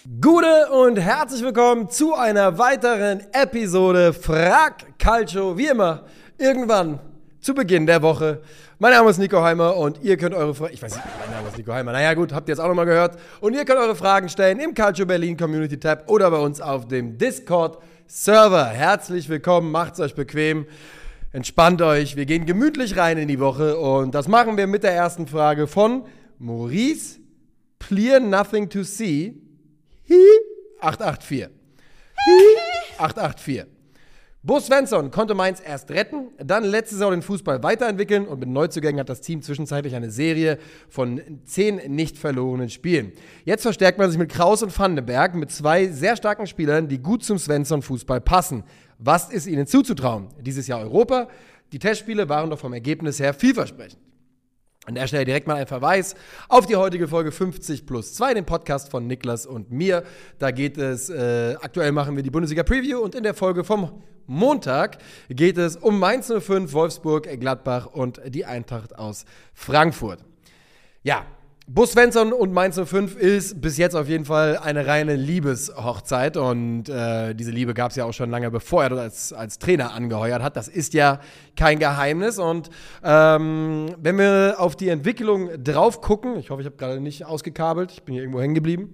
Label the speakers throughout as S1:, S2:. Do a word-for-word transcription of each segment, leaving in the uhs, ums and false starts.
S1: Gute und herzlich willkommen zu einer weiteren Episode Frag Calcio. Wie immer, irgendwann zu Beginn der Woche. Mein Name ist Nico Heimer und ihr könnt eure Fragen... Ich weiß nicht, mein Name ist Nico Heimer. Naja gut, habt ihr jetzt auch nochmal gehört. Und ihr könnt eure Fragen stellen im Calcio Berlin Community Tab oder bei uns auf dem Discord-Server. Herzlich willkommen, macht's euch bequem. Entspannt euch, wir gehen gemütlich rein in die Woche und das machen wir mit der ersten Frage von Maurice Clear Nothing to See acht acht vier. acht acht vier. Bo Svensson konnte Mainz erst retten, dann letzte Saison den Fußball weiterentwickeln und mit Neuzugängen hat das Team zwischenzeitlich eine Serie von zehn nicht verlorenen Spielen. Jetzt verstärkt man sich mit Kraus und Vandenberg mit zwei sehr starken Spielern, die gut zum Svensson-Fußball passen. Was ist ihnen zuzutrauen? Dieses Jahr Europa. Die Testspiele waren doch vom Ergebnis her vielversprechend. An der Stelle direkt mal ein Verweis auf die heutige Folge fünfzig plus zwei, den Podcast von Niklas und mir. Da geht es, äh, aktuell machen wir die Bundesliga-Preview und in der Folge vom Montag geht es um Mainz null fünf, Wolfsburg, Gladbach und die Eintracht aus Frankfurt. Ja, Bo Svensson und Mainz null fünf ist bis jetzt auf jeden Fall eine reine Liebeshochzeit und äh, diese Liebe gab es ja auch schon lange, bevor er dort als, als Trainer angeheuert hat. Das ist ja kein Geheimnis und ähm, wenn wir auf die Entwicklung drauf gucken, ich hoffe, ich habe gerade nicht ausgekabelt, ich bin hier irgendwo hängen geblieben.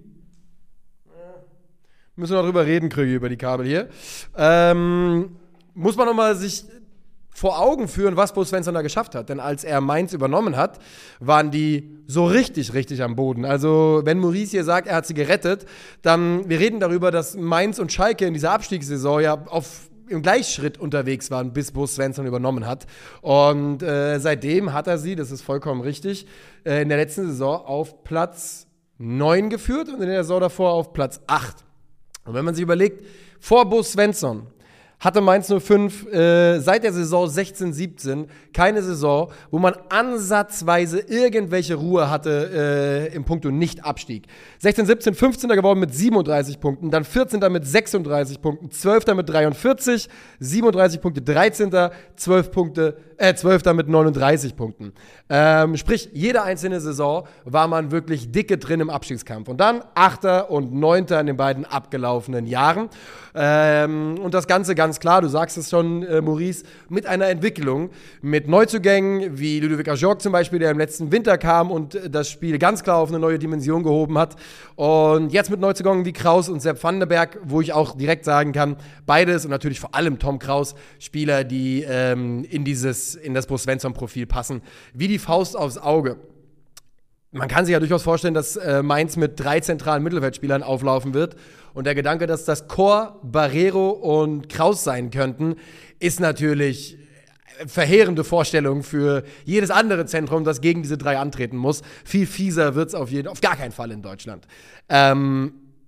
S1: Müssen wir noch drüber reden, Krüge, über die Kabel hier. Ähm, muss man nochmal sich vor Augen führen, was Bo Svensson da geschafft hat. Denn als er Mainz übernommen hat, waren die so richtig, richtig am Boden. Also wenn Maurice hier sagt, er hat sie gerettet, dann, wir reden darüber, dass Mainz und Schalke in dieser Abstiegssaison ja auf im Gleichschritt unterwegs waren, bis Bo Svensson übernommen hat. Und äh, seitdem hat er sie, das ist vollkommen richtig, äh, in der letzten Saison auf Platz neun geführt und in der Saison davor auf Platz acht. Und wenn man sich überlegt, vor Bo Svensson hatte Mainz null fünf äh, seit der Saison sechzehn siebzehn keine Saison, wo man ansatzweise irgendwelche Ruhe hatte äh, im Punkto Nicht-Abstieg. sechzehn siebzehn fünfzehnter geworden mit siebenunddreißig Punkten, dann vierzehnter mit sechsunddreißig Punkten, zwölfter mit dreiundvierzig, siebenunddreißig Punkte, dreizehnter zwölf Punkte, äh, zwölfter mit neununddreißig Punkten. Ähm, sprich, jede einzelne Saison war man wirklich dicke drin im Abstiegskampf. Und dann achter und neunter in den beiden abgelaufenen Jahren. Ähm, und das Ganze ganz klar, du sagst es schon, äh, Maurice, mit einer Entwicklung, mit Neuzugängen wie Ludovic Ajorc zum Beispiel, der im letzten Winter kam und das Spiel ganz klar auf eine neue Dimension gehoben hat. Und jetzt mit Neuzugängen wie Kraus und Sepp Vandenberg, wo ich auch direkt sagen kann, beides und natürlich vor allem Tom Kraus, Spieler, die ähm, in dieses, in das Bo Svensson-Profil passen, wie die Faust aufs Auge. Man kann sich ja durchaus vorstellen, dass äh, Mainz mit drei zentralen Mittelfeldspielern auflaufen wird. Und der Gedanke, dass das Chor, Barrero und Kraus sein könnten, ist natürlich verheerende Vorstellung für jedes andere Zentrum, das gegen diese drei antreten muss. Viel fieser wird es auf jeden, auf gar keinen Fall in Deutschland. Ähm,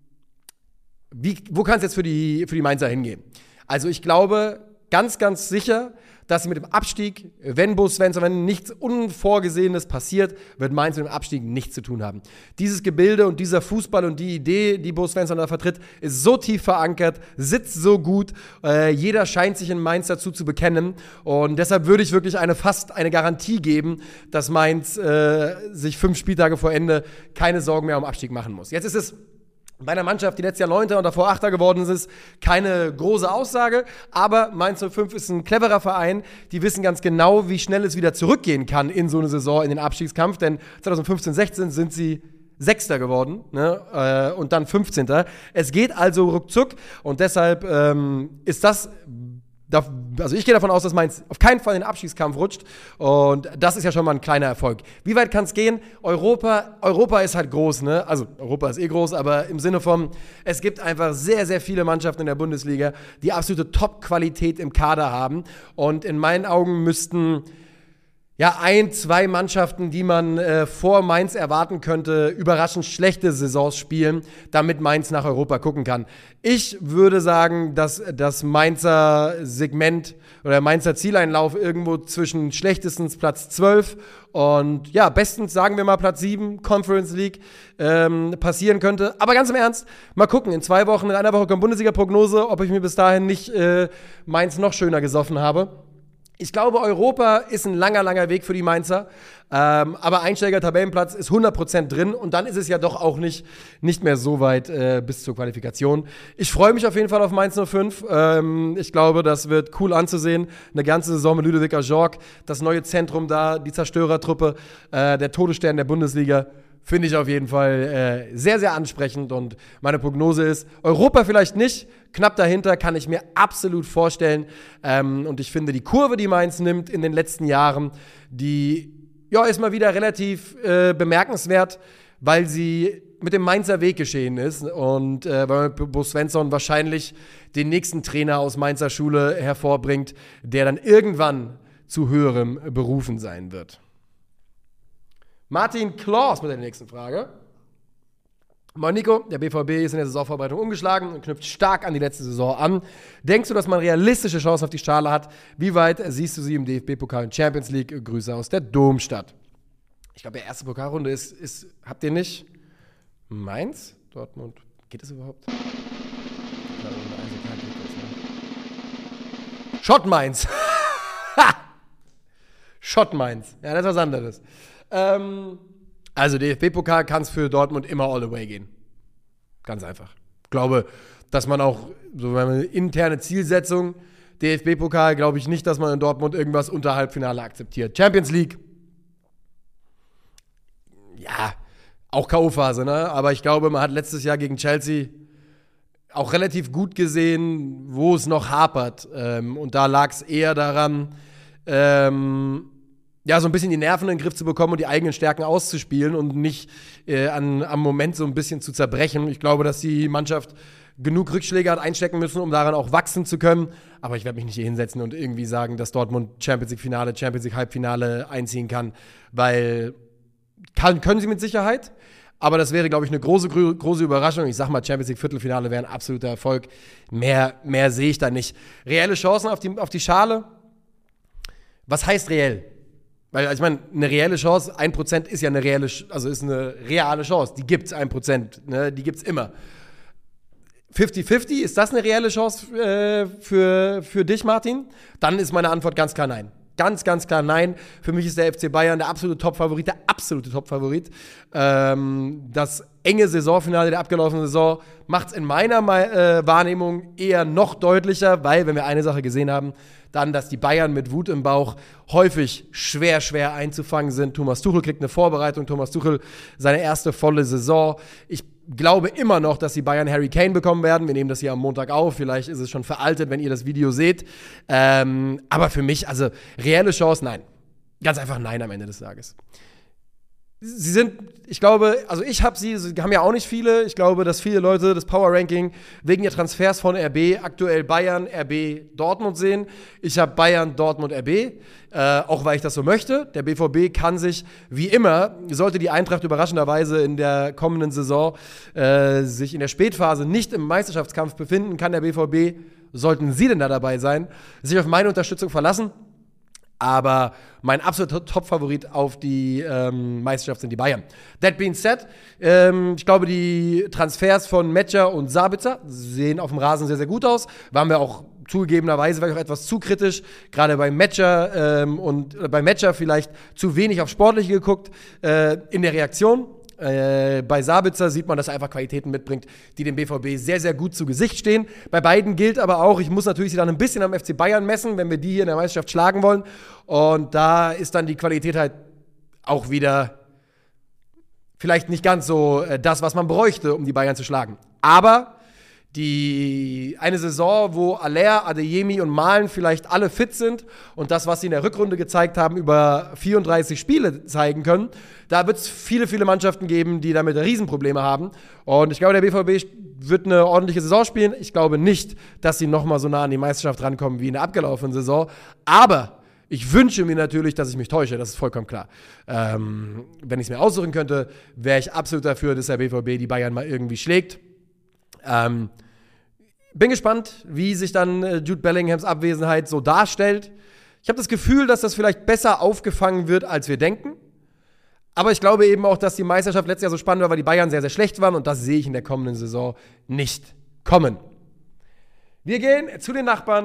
S1: wie, wo kann es jetzt für die, für die Mainzer hingehen? Also ich glaube ganz, ganz sicher, dass sie mit dem Abstieg, wenn Bo Svensson, wenn nichts Unvorgesehenes passiert, wird Mainz mit dem Abstieg nichts zu tun haben. Dieses Gebilde und dieser Fußball und die Idee, die Bo Svensson da vertritt, ist so tief verankert, sitzt so gut. Äh, jeder scheint sich in Mainz dazu zu bekennen. Und deshalb würde ich wirklich eine fast eine Garantie geben, dass Mainz äh, sich fünf Spieltage vor Ende keine Sorgen mehr um Abstieg machen muss. Jetzt ist es bei einer Mannschaft, die letztes Jahr Neunter und davor Achter geworden ist, keine große Aussage, aber Mainz null fünf ist ein cleverer Verein, die wissen ganz genau, wie schnell es wieder zurückgehen kann in so eine Saison, in den Abstiegskampf, denn zwanzig fünfzehn sechzehn sind sie Sechster geworden, ne, äh, und dann fünfzehnter Es geht also ruckzuck und deshalb ähm, ist das Also ich gehe davon aus, dass Mainz auf keinen Fall in den Abstiegskampf rutscht und das ist ja schon mal ein kleiner Erfolg. Wie weit kann es gehen? Europa, Europa ist halt groß, ne? Also Europa ist eh groß, aber im Sinne von, es gibt einfach sehr, sehr viele Mannschaften in der Bundesliga, die absolute Top-Qualität im Kader haben und in meinen Augen müssten ja, ein, zwei Mannschaften, die man äh, vor Mainz erwarten könnte, überraschend schlechte Saisons spielen, damit Mainz nach Europa gucken kann. Ich würde sagen, dass das Mainzer Segment oder Mainzer Zieleinlauf irgendwo zwischen schlechtestens Platz zwölf und ja, bestens sagen wir mal Platz sieben, Conference League, ähm, passieren könnte. Aber ganz im Ernst, mal gucken, in zwei Wochen, in einer Woche kommt Bundesliga-Prognose, ob ich mir bis dahin nicht äh, Mainz noch schöner gesoffen habe. Ich glaube, Europa ist ein langer, langer Weg für die Mainzer. Ähm, aber Einsteiger-Tabellenplatz ist hundert Prozent drin. Und dann ist es ja doch auch nicht, nicht mehr so weit äh, bis zur Qualifikation. Ich freue mich auf jeden Fall auf Mainz null fünf. Ähm, ich glaube, das wird cool anzusehen. Eine ganze Saison mit Ludovic Ajorc. Das neue Zentrum da, die Zerstörertruppe, äh, der Todesstern der Bundesliga. Finde ich auf jeden Fall äh, sehr, sehr ansprechend. Und meine Prognose ist, Europa vielleicht nicht, knapp dahinter kann ich mir absolut vorstellen. Ähm, und ich finde, die Kurve, die Mainz nimmt in den letzten Jahren, die ja, ist mal wieder relativ äh, bemerkenswert, weil sie mit dem Mainzer Weg geschehen ist. Und äh, weil Bo Svensson wahrscheinlich den nächsten Trainer aus Mainzer Schule hervorbringt, der dann irgendwann zu höherem berufen sein wird. Martin Klaus mit der nächsten Frage. Moin Nico, der B V B ist in der Saisonvorbereitung umgeschlagen und knüpft stark an die letzte Saison an. Denkst du, dass man realistische Chancen auf die Schale hat? Wie weit siehst du sie im D F B-Pokal und Champions League? Grüße aus der Domstadt. Ich glaube, die erste Pokalrunde ist, ist, habt ihr nicht Mainz? Dortmund, geht das überhaupt? Schott Mainz. Schott Mainz. Ja, das ist was anderes. Ähm, also D F B-Pokal kann es für Dortmund immer all the way gehen. Ganz einfach. Ich glaube, dass man auch, so eine interne Zielsetzung, D F B-Pokal, glaube ich nicht, dass man in Dortmund irgendwas unter Halbfinale akzeptiert. Champions League, ja, auch K O-Phase, ne? Aber ich glaube, man hat letztes Jahr gegen Chelsea auch relativ gut gesehen, wo es noch hapert. Ähm, und da lag es eher daran, ähm, ja, so ein bisschen die Nerven in den Griff zu bekommen und die eigenen Stärken auszuspielen und nicht äh, an, am Moment so ein bisschen zu zerbrechen. Ich glaube, dass die Mannschaft genug Rückschläge hat einstecken müssen, um daran auch wachsen zu können. Aber ich werde mich nicht hier hinsetzen und irgendwie sagen, dass Dortmund Champions League Finale, Champions League Halbfinale einziehen kann, weil kann, können sie mit Sicherheit. Aber das wäre, glaube ich, eine große, große Überraschung. Ich sag mal, Champions League Viertelfinale wäre ein absoluter Erfolg. Mehr, mehr sehe ich da nicht. Reelle Chancen auf die, auf die Schale? Was heißt reell? Weil, ich meine, eine reelle Chance, ein Prozent ist ja eine reelle, also ist eine reale Chance. Die gibt's, ein Prozent, ne? Die gibt's immer. fünfzig fünfzig, ist das eine reelle Chance äh, für, für dich, Martin? Dann ist meine Antwort ganz klar nein. Ganz, ganz klar nein. Für mich ist der F C Bayern der absolute Top-Favorit, der absolute Top-Favorit. Ähm, das enge Saisonfinale der abgelaufenen Saison macht es in meiner äh, Wahrnehmung eher noch deutlicher, weil, wenn wir eine Sache gesehen haben, dann, dass die Bayern mit Wut im Bauch häufig schwer, schwer einzufangen sind. Thomas Tuchel kriegt eine Vorbereitung, Thomas Tuchel seine erste volle Saison. Ich glaube immer noch, dass die Bayern Harry Kane bekommen werden. Wir nehmen das hier am Montag auf. Vielleicht ist es schon veraltet, wenn ihr das Video seht. Ähm, aber für mich, also reelle Chance, nein. Ganz einfach nein am Ende des Tages. Sie sind, ich glaube, also ich habe sie, sie haben ja auch nicht viele. Ich glaube, dass viele Leute das Power-Ranking wegen der Transfers von R B aktuell Bayern, R B, Dortmund sehen. Ich habe Bayern, Dortmund, R B, äh, auch weil ich das so möchte. Der B V B kann sich, wie immer, sollte die Eintracht überraschenderweise in der kommenden Saison äh, sich in der Spätphase nicht im Meisterschaftskampf befinden, kann der B V B, sollten sie denn da dabei sein, sich auf meine Unterstützung verlassen. Aber mein absoluter Top-Favorit auf die ähm, Meisterschaft sind die Bayern. That being said, ähm, ich glaube, die Transfers von Metscher und Sabitzer sehen auf dem Rasen sehr, sehr gut aus. Waren wir auch zugegebenerweise war ich auch etwas zu kritisch, gerade bei Metscher ähm, und äh, bei Metscher vielleicht zu wenig auf Sportliche geguckt äh, in der Reaktion. Äh, bei Sabitzer sieht man, dass er einfach Qualitäten mitbringt, die dem B V B sehr, sehr gut zu Gesicht stehen. Bei beiden gilt aber auch, ich muss natürlich sie dann ein bisschen am F C Bayern messen, wenn wir die hier in der Meisterschaft schlagen wollen. Und da ist dann die Qualität halt auch wieder vielleicht nicht ganz so äh, das, was man bräuchte, um die Bayern zu schlagen. Aber die eine Saison, wo Aller, Adeyemi und Malen vielleicht alle fit sind und das, was sie in der Rückrunde gezeigt haben, über vierunddreißig Spiele zeigen können, da wird es viele, viele Mannschaften geben, die damit Riesenprobleme haben. Und ich glaube, der B V B wird eine ordentliche Saison spielen. Ich glaube nicht, dass sie nochmal so nah an die Meisterschaft rankommen wie in der abgelaufenen Saison. Aber ich wünsche mir natürlich, dass ich mich täusche, das ist vollkommen klar. Ähm, wenn ich es mir aussuchen könnte, wäre ich absolut dafür, dass der B V B die Bayern mal irgendwie schlägt. Ähm, bin gespannt, wie sich dann äh, Jude Bellinghams Abwesenheit so darstellt. Ich habe das Gefühl, dass das vielleicht besser aufgefangen wird, als wir denken. Aber ich glaube eben auch, dass die Meisterschaft letztes Jahr so spannend war, weil die Bayern sehr, sehr schlecht waren. Und das sehe ich in der kommenden Saison nicht kommen. Wir gehen zu den Nachbarn.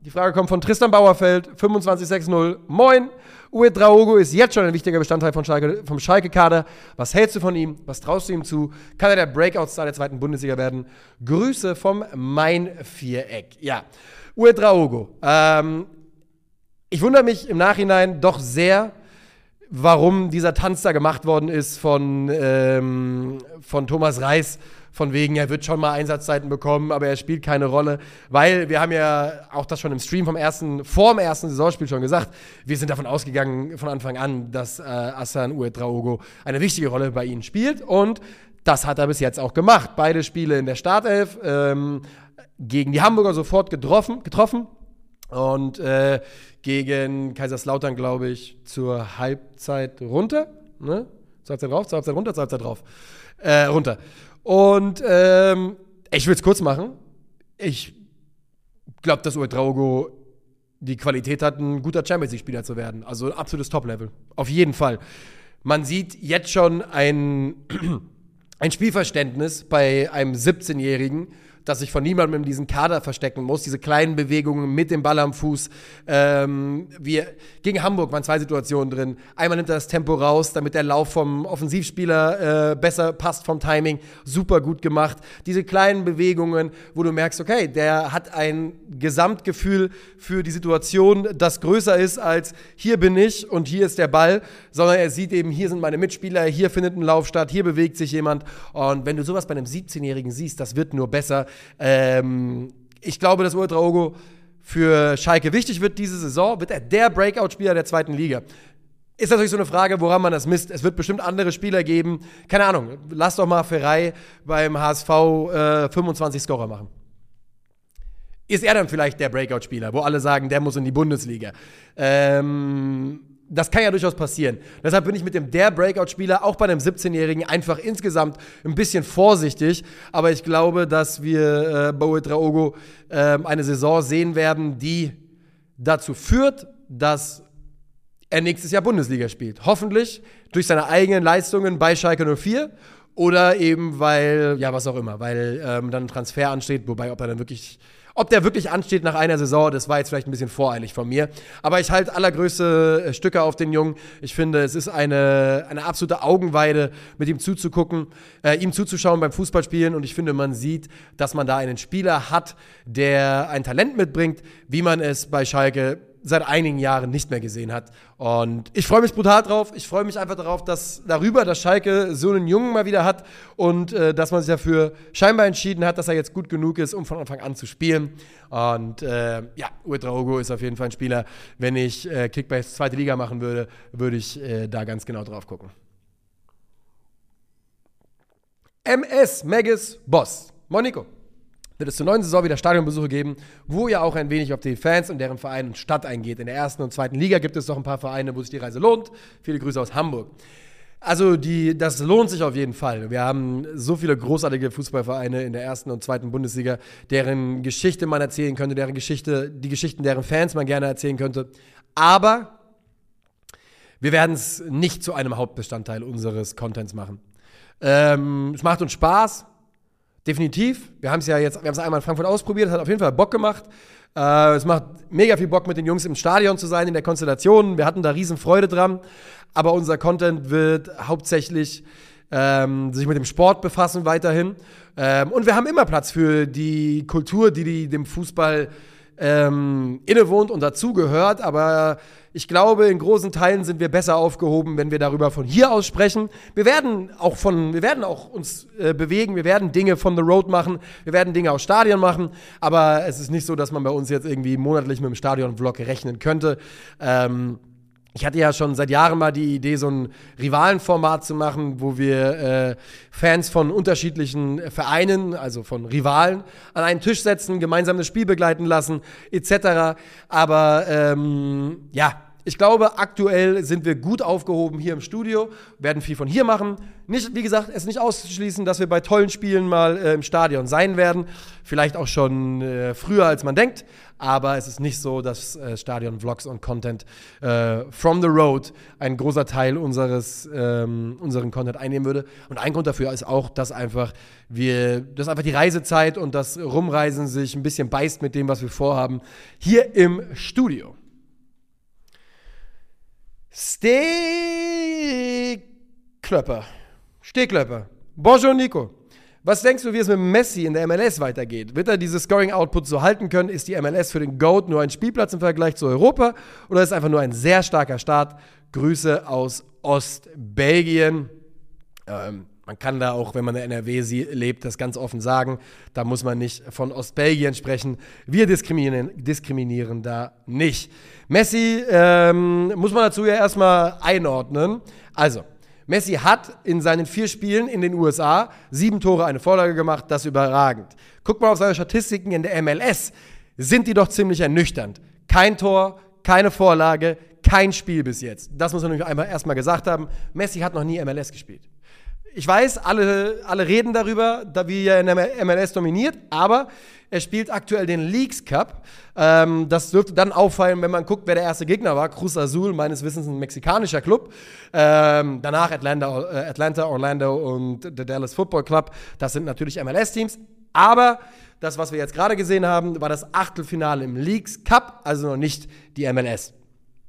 S1: Die Frage kommt von Tristan Bauerfeld, fünfundzwanzig sechs null. Moin, Ouedraogo ist jetzt schon ein wichtiger Bestandteil von Schalke, vom Schalke-Kader. Was hältst du von ihm? Was traust du ihm zu? Kann er der Breakout-Star der zweiten Bundesliga werden? Grüße vom Main-Viereck. Ja, Ouedraogo. Ähm, ich wundere mich im Nachhinein doch sehr, warum dieser Tanz da gemacht worden ist von, ähm, von Thomas Reis. Von wegen, er wird schon mal Einsatzzeiten bekommen, aber er spielt keine Rolle. Weil wir haben ja auch das schon im Stream vom ersten, vor dem ersten Saisonspiel schon gesagt, wir sind davon ausgegangen von Anfang an, dass äh, Hassan Ouedraogo eine wichtige Rolle bei ihnen spielt. Und das hat er bis jetzt auch gemacht. Beide Spiele in der Startelf, ähm, gegen die Hamburger sofort getroffen. getroffen. Und äh, gegen Kaiserslautern, glaube ich, zur Halbzeit runter. Ne? Zur Halbzeit rauf, zur Halbzeit runter, zur Halbzeit drauf. Äh, runter. Und ähm, ich will es kurz machen. Ich glaube, dass Ouedraogo die Qualität hat, ein guter Champions-League-Spieler zu werden. Also ein absolutes Top-Level. Auf jeden Fall. Man sieht jetzt schon ein, ein Spielverständnis bei einem siebzehnjährigen, dass sich von niemandem in diesen Kader verstecken muss. Diese kleinen Bewegungen mit dem Ball am Fuß. Ähm, wir, gegen Hamburg waren zwei Situationen drin. Einmal nimmt er das Tempo raus, damit der Lauf vom Offensivspieler äh, besser passt vom Timing. Super gut gemacht. Diese kleinen Bewegungen, wo du merkst, okay, der hat ein Gesamtgefühl für die Situation, das größer ist als hier bin ich und hier ist der Ball, sondern er sieht eben, hier sind meine Mitspieler, hier findet ein Lauf statt, hier bewegt sich jemand. Und wenn du sowas bei einem siebzehnjährigen siehst, das wird nur besser. Ähm, ich glaube, dass Ouedraogo für Schalke wichtig wird diese Saison. Wird er der Breakout-Spieler der zweiten Liga? Ist natürlich so eine Frage, woran man das misst. Es wird bestimmt andere Spieler geben. Keine Ahnung, lass doch mal Ferrei beim H S V äh, fünfundzwanzig Scorer machen. Ist er dann vielleicht der Breakout-Spieler, wo alle sagen, der muss in die Bundesliga? Ähm... Das kann ja durchaus passieren. Deshalb bin ich mit dem der Breakout-Spieler auch bei einem siebzehnjährigen einfach insgesamt ein bisschen vorsichtig. Aber ich glaube, dass wir äh, bei Ouedraogo äh, eine Saison sehen werden, die dazu führt, dass er nächstes Jahr Bundesliga spielt. Hoffentlich durch seine eigenen Leistungen bei Schalke null vier oder eben weil, ja, was auch immer, weil ähm, dann ein Transfer ansteht, wobei, ob er dann wirklich Ob der wirklich ansteht nach einer Saison, das war jetzt vielleicht ein bisschen voreilig von mir. Aber ich halte allergrößte Stücke auf den Jungen. Ich finde, es ist eine, eine absolute Augenweide, mit ihm zuzugucken, äh, ihm zuzuschauen beim Fußballspielen. Und ich finde, man sieht, dass man da einen Spieler hat, der ein Talent mitbringt, wie man es bei Schalke seit einigen Jahren nicht mehr gesehen hat. Und ich freue mich brutal drauf. Ich freue mich einfach darauf, dass darüber, dass Schalke so einen Jungen mal wieder hat und äh, dass man sich dafür scheinbar entschieden hat, dass er jetzt gut genug ist, um von Anfang an zu spielen. Und äh, ja, Ouedraogo ist auf jeden Fall ein Spieler. Wenn ich äh, Kickbase zweite Liga machen würde, würde ich äh, da ganz genau drauf gucken. M S Maggis Boss. Monico. Wird es zur neuen Saison wieder Stadionbesuche geben, wo ihr auch ein wenig auf die Fans und deren Verein und Stadt eingeht. In der ersten und zweiten Liga gibt es noch ein paar Vereine, wo sich die Reise lohnt. Viele Grüße aus Hamburg. Also die, das lohnt sich auf jeden Fall. Wir haben so viele großartige Fußballvereine in der ersten und zweiten Bundesliga, deren Geschichte man erzählen könnte, deren Geschichte, die Geschichten deren Fans man gerne erzählen könnte. Aber wir werden es nicht zu einem Hauptbestandteil unseres Contents machen. Ähm, es macht uns Spaß. Definitiv. Wir haben es ja jetzt, wir haben es einmal in Frankfurt ausprobiert, es hat auf jeden Fall Bock gemacht. Äh, es macht mega viel Bock, mit den Jungs im Stadion zu sein, in der Konstellation. Wir hatten da riesen Freude dran. Aber unser Content wird hauptsächlich ähm, sich mit dem Sport befassen weiterhin. Ähm, und wir haben immer Platz für die Kultur, die, die dem Fußball ähm, innewohnt und dazugehört. Aber ich glaube, in großen Teilen sind wir besser aufgehoben, wenn wir darüber von hier aus sprechen. Wir werden auch von, wir werden auch uns äh, bewegen, wir werden Dinge von The Road machen, wir werden Dinge aus Stadion machen, aber es ist nicht so, dass man bei uns jetzt irgendwie monatlich mit dem Stadion-Vlog rechnen könnte. Ähm, ich hatte ja schon seit Jahren mal die Idee, so ein Rivalenformat zu machen, wo wir äh, Fans von unterschiedlichen Vereinen, also von Rivalen, an einen Tisch setzen, gemeinsam das Spiel begleiten lassen, et cetera. Aber ähm, ja, ich glaube, aktuell sind wir gut aufgehoben hier im Studio, werden viel von hier machen. Nicht, wie gesagt, es ist nicht auszuschließen, dass wir bei tollen Spielen mal äh, im Stadion sein werden. Vielleicht auch schon äh, früher, als man denkt. Aber es ist nicht so, dass äh, Stadion-Vlogs und Content äh, from the road ein großer Teil unseres ähm, unseren Content einnehmen würde. Und ein Grund dafür ist auch, dass einfach wir, dass einfach die Reisezeit und das Rumreisen sich ein bisschen beißt mit dem, was wir vorhaben, hier im Studio. Stehklöpper. Stehklöpper. Bonjour, Nico. Was denkst du, wie es mit Messi in der M L S weitergeht? Wird er dieses Scoring-Output so halten können? Ist die M L S für den GOAT nur ein Spielplatz im Vergleich zu Europa? Oder ist es einfach nur ein sehr starker Start? Grüße aus Ostbelgien. Ähm, man kann da auch, wenn man in N R W lebt, das ganz offen sagen. Da muss man nicht von Ostbelgien sprechen. Wir diskriminieren, diskriminieren da nicht. Messi ähm, muss man dazu ja erstmal einordnen. Also, Messi hat in seinen vier Spielen in den U S A sieben Tore, eine Vorlage gemacht, das ist überragend. Guck mal auf seine Statistiken in der M L S, sind die doch ziemlich ernüchternd. Kein Tor, keine Vorlage, kein Spiel bis jetzt. Das muss man nämlich einmal erstmal gesagt haben. Messi hat noch nie M L S gespielt. Ich weiß, alle, alle reden darüber, da wie er in der M L S dominiert, aber er spielt aktuell den Leagues Cup. Ähm, das dürfte dann auffallen, wenn man guckt, wer der erste Gegner war. Cruz Azul, meines Wissens ein mexikanischer Club. Ähm, danach Atlanta, äh, Atlanta, Orlando und der Dallas Football Club. Das sind natürlich M L S-Teams. Aber das, was wir jetzt gerade gesehen haben, war das Achtelfinale im Leagues Cup, also noch nicht die M L S.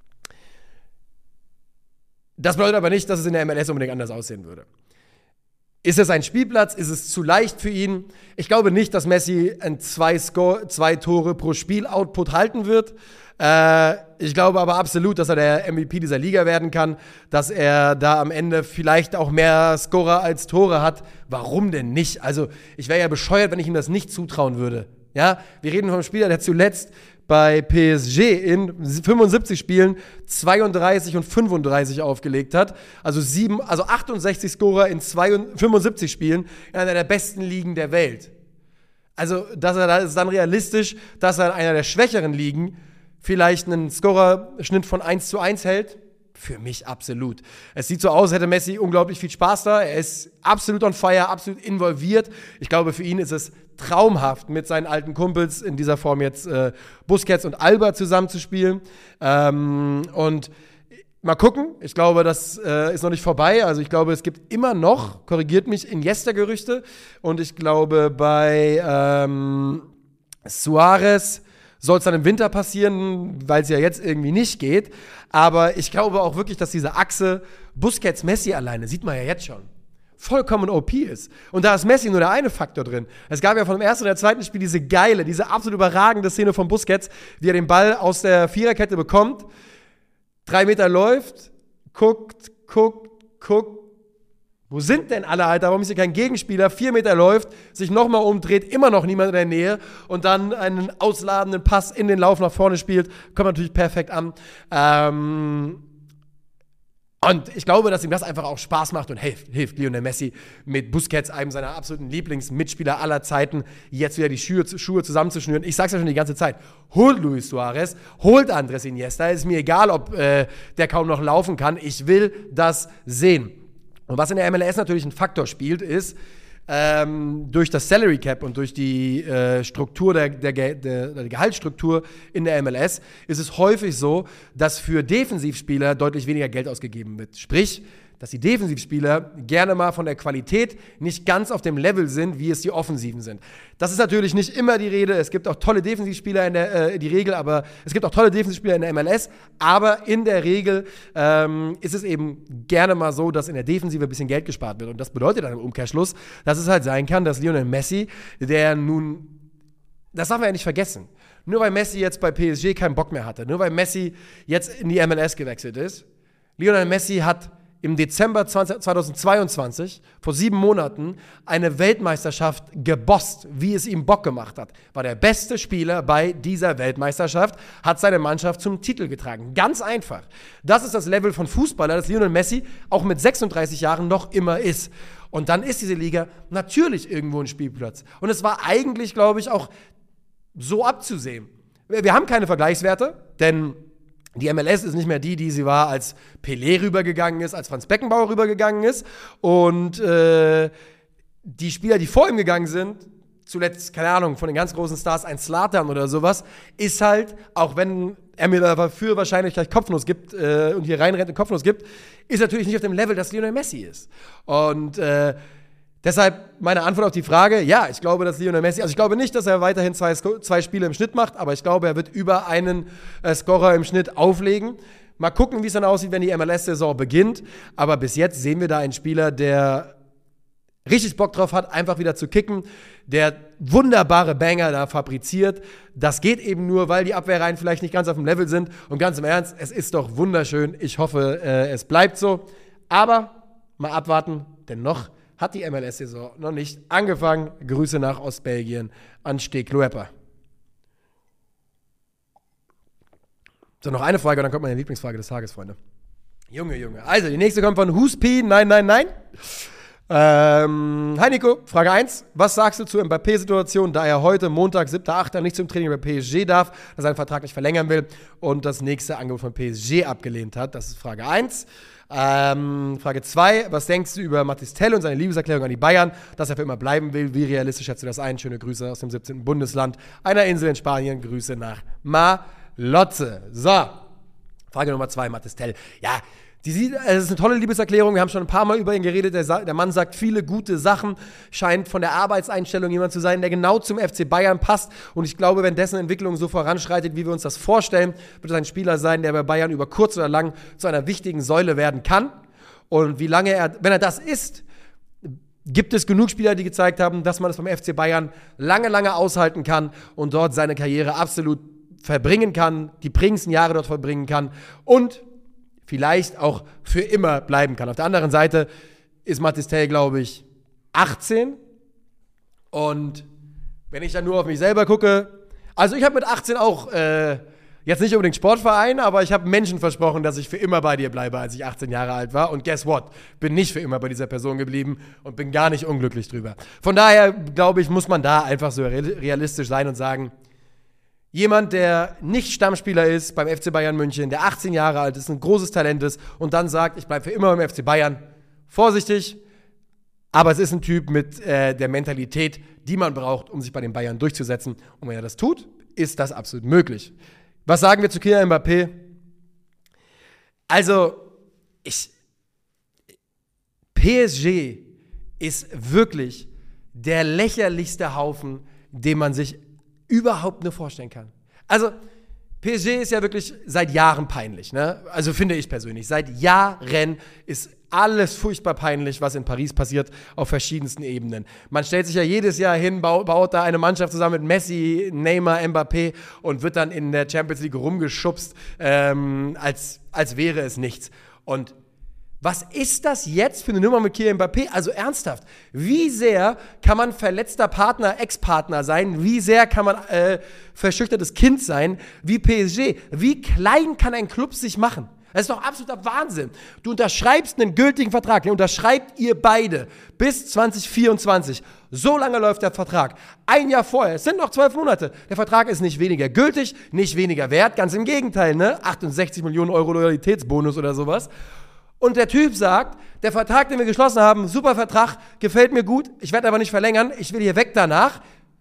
S1: Das bedeutet aber nicht, dass es in der M L S unbedingt anders aussehen würde. Ist es ein Spielplatz? Ist es zu leicht für ihn? Ich glaube nicht, dass Messi ein zwei, Score, zwei Tore pro Spiel-Output halten wird. Äh, ich glaube aber absolut, dass er der M V P dieser Liga werden kann, dass er da am Ende vielleicht auch mehr Scorer als Tore hat. Warum denn nicht? Also, ich wäre ja bescheuert, wenn ich ihm das nicht zutrauen würde. Ja, wir reden vom Spieler, der zuletzt bei P S G in fünfundsiebzig Spielen zweiunddreißig und fünfunddreißig aufgelegt hat. Also, sieben, also achtundsechzig Scorer in fünfundsiebzig Spielen in einer der besten Ligen der Welt. Also, dass er, das ist dann realistisch, dass er in einer der schwächeren Ligen vielleicht einen Scorerschnitt von eins zu eins hält. Für mich absolut. Es sieht so aus, hätte Messi unglaublich viel Spaß da. Er ist absolut on fire, absolut involviert. Ich glaube, für ihn ist es traumhaft, mit seinen alten Kumpels in dieser Form jetzt äh, Busquets und Alba zusammenzuspielen. Ähm, und mal gucken. Ich glaube, das äh, ist noch nicht vorbei. Also ich glaube, es gibt immer noch, korrigiert mich, Iniesta-Gerüchte. Und ich glaube, bei ähm, Suarez soll es dann im Winter passieren, weil es ja jetzt irgendwie nicht geht. Aber ich glaube auch wirklich, dass diese Achse Busquets-Messi alleine, sieht man ja jetzt schon, vollkommen O P ist. Und da ist Messi nur der eine Faktor drin. Es gab ja von dem ersten und der zweiten Spiel diese geile, diese absolut überragende Szene von Busquets, wie er den Ball aus der Viererkette bekommt, drei Meter läuft, guckt, guckt, guckt. Wo sind denn alle, Alter? Warum ist hier kein Gegenspieler? Vier Meter läuft, sich nochmal umdreht, immer noch niemand in der Nähe und dann einen ausladenden Pass in den Lauf nach vorne spielt. Kommt natürlich perfekt an. Ähm und ich glaube, dass ihm das einfach auch Spaß macht und hilft, hilft Lionel Messi mit Busquets, einem seiner absoluten Lieblingsmitspieler aller Zeiten, jetzt wieder die Schuhe, Schuhe zusammenzuschnüren. Ich sag's ja schon die ganze Zeit. Holt Luis Suarez, holt Andres Iniesta. Ist mir egal, ob äh, der kaum noch laufen kann. Ich will das sehen. Und was in der M L S natürlich ein Faktor spielt, ist, ähm, durch das Salary Cap und durch die äh, Struktur der, der, der, der Gehaltsstruktur in der M L S ist es häufig so, dass für Defensivspieler deutlich weniger Geld ausgegeben wird. Sprich, dass die Defensivspieler gerne mal von der Qualität nicht ganz auf dem Level sind, wie es die Offensiven sind. Das ist natürlich nicht immer die Rede. Es gibt auch tolle Defensivspieler in der äh, die Regel, aber es gibt auch tolle Defensivspieler in der M L S. Aber in der Regel ähm, ist es eben gerne mal so, dass in der Defensive ein bisschen Geld gespart wird. Und das bedeutet dann im Umkehrschluss, dass es halt sein kann, dass Lionel Messi, der nun, das darf man ja nicht vergessen, nur weil Messi jetzt bei P S G keinen Bock mehr hatte, nur weil Messi jetzt in die M L S gewechselt ist, Lionel Messi hat im Dezember zweitausendzweiundzwanzig, vor sieben Monaten, eine Weltmeisterschaft gebosst, wie es ihm Bock gemacht hat. War der beste Spieler bei dieser Weltmeisterschaft, hat seine Mannschaft zum Titel getragen. Ganz einfach. Das ist das Level von Fußballer, das Lionel Messi auch mit sechsunddreißig Jahren noch immer ist. Und dann ist diese Liga natürlich irgendwo ein Spielplatz. Und es war eigentlich, glaube ich, auch so abzusehen. Wir haben keine Vergleichswerte, denn Die M L S ist nicht mehr die, die sie war, als Pelé rübergegangen ist, als Franz Beckenbauer rübergegangen ist. Und äh, die Spieler, die vor ihm gegangen sind, zuletzt, keine Ahnung, von den ganz großen Stars, ein Zlatan oder sowas, ist halt, auch wenn er mir dafür wahrscheinlich gleich Kopfnuss gibt äh, und hier reinrennt und Kopfnuss gibt, ist natürlich nicht auf dem Level, dass Lionel Messi ist. Und äh, deshalb meine Antwort auf die Frage, ja, ich glaube, dass Lionel Messi, also ich glaube nicht, dass er weiterhin zwei, zwei Spiele im Schnitt macht, aber ich glaube, er wird über einen äh, Scorer im Schnitt auflegen. Mal gucken, wie es dann aussieht, wenn die M L S-Saison beginnt. Aber bis jetzt sehen wir da einen Spieler, der richtig Bock drauf hat, einfach wieder zu kicken, der wunderbare Banger da fabriziert. Das geht eben nur, weil die Abwehrreihen vielleicht nicht ganz auf dem Level sind. Und ganz im Ernst, es ist doch wunderschön. Ich hoffe, äh, es bleibt so. Aber mal abwarten, denn noch hat die M L S-Saison noch nicht angefangen. Grüße nach Ostbelgien an Steak-Loeper. So, noch eine Frage, dann kommt meine Lieblingsfrage des Tages, Freunde. Junge, Junge. Also, die nächste kommt von Huspi, nein, nein, nein. Ähm, hi Nico, Frage eins. Was sagst du zur Mbappé-Situation, da er heute, Montag, siebter achter nicht zum Training bei P S G darf, dass er seinen Vertrag nicht verlängern will und das nächste Angebot von P S G abgelehnt hat? Das ist Frage eins. Ähm, Frage zwei. Was denkst du über Mathys Tel und seine Liebeserklärung an die Bayern, dass er für immer bleiben will? Wie realistisch schätzt du das ein? Schöne Grüße aus dem siebzehnten Bundesland, einer Insel in Spanien. Grüße nach Malotze. So, Frage Nummer zwei, Mathys Tel. Ja, Die sieht, es ist eine tolle Liebeserklärung, wir haben schon ein paar Mal über ihn geredet, der, der Mann sagt viele gute Sachen, scheint von der Arbeitseinstellung jemand zu sein, der genau zum F C Bayern passt und ich glaube, wenn dessen Entwicklung so voranschreitet, wie wir uns das vorstellen, wird es ein Spieler sein, der bei Bayern über kurz oder lang zu einer wichtigen Säule werden kann und wie lange er, wenn er das ist, gibt es genug Spieler, die gezeigt haben, dass man das beim F C Bayern lange, lange aushalten kann und dort seine Karriere absolut verbringen kann, die prägendsten Jahre dort verbringen kann und vielleicht auch für immer bleiben kann. Auf der anderen Seite ist Mathys Tel, glaube ich, achtzehn. Und wenn ich dann nur auf mich selber gucke, also ich habe mit achtzehn auch, äh, jetzt nicht unbedingt Sportverein, aber ich habe Menschen versprochen, dass ich für immer bei dir bleibe, als ich achtzehn Jahre alt war. Und guess what? Bin nicht für immer bei dieser Person geblieben und bin gar nicht unglücklich drüber. Von daher, glaube ich, muss man da einfach so realistisch sein und sagen, jemand, der nicht Stammspieler ist beim F C Bayern München, der achtzehn Jahre alt ist, ein großes Talent ist und dann sagt, ich bleibe für immer beim F C Bayern. Vorsichtig, aber es ist ein Typ mit äh, der Mentalität, die man braucht, um sich bei den Bayern durchzusetzen. Und wenn er das tut, ist das absolut möglich. Was sagen wir zu Kylian Mbappé? Also, ich, P S G ist wirklich der lächerlichste Haufen, den man sich überhaupt nur vorstellen kann. Also, P S G ist ja wirklich seit Jahren peinlich, ne? Also finde ich persönlich. Seit Jahren ist alles furchtbar peinlich, was in Paris passiert, auf verschiedensten Ebenen. Man stellt sich ja jedes Jahr hin, baut, baut da eine Mannschaft zusammen mit Messi, Neymar, Mbappé und wird dann in der Champions League rumgeschubst, ähm, als, als wäre es nichts. Und was ist das jetzt für eine Nummer mit Kylian Mbappé? Also ernsthaft, wie sehr kann man verletzter Partner, Ex-Partner sein? Wie sehr kann man äh, verschüchtertes Kind sein? Wie P S G? Wie klein kann ein Club sich machen? Das ist doch absoluter Wahnsinn. Du unterschreibst einen gültigen Vertrag, den unterschreibt ihr beide bis zwanzig vierundzwanzig. So lange läuft der Vertrag. Ein Jahr vorher, es sind noch zwölf Monate. Der Vertrag ist nicht weniger gültig, nicht weniger wert, ganz im Gegenteil, ne? achtundsechzig Millionen Euro Loyalitätsbonus oder sowas. Und der Typ sagt, der Vertrag, den wir geschlossen haben, super Vertrag, gefällt mir gut, ich werde aber nicht verlängern, ich will hier weg danach.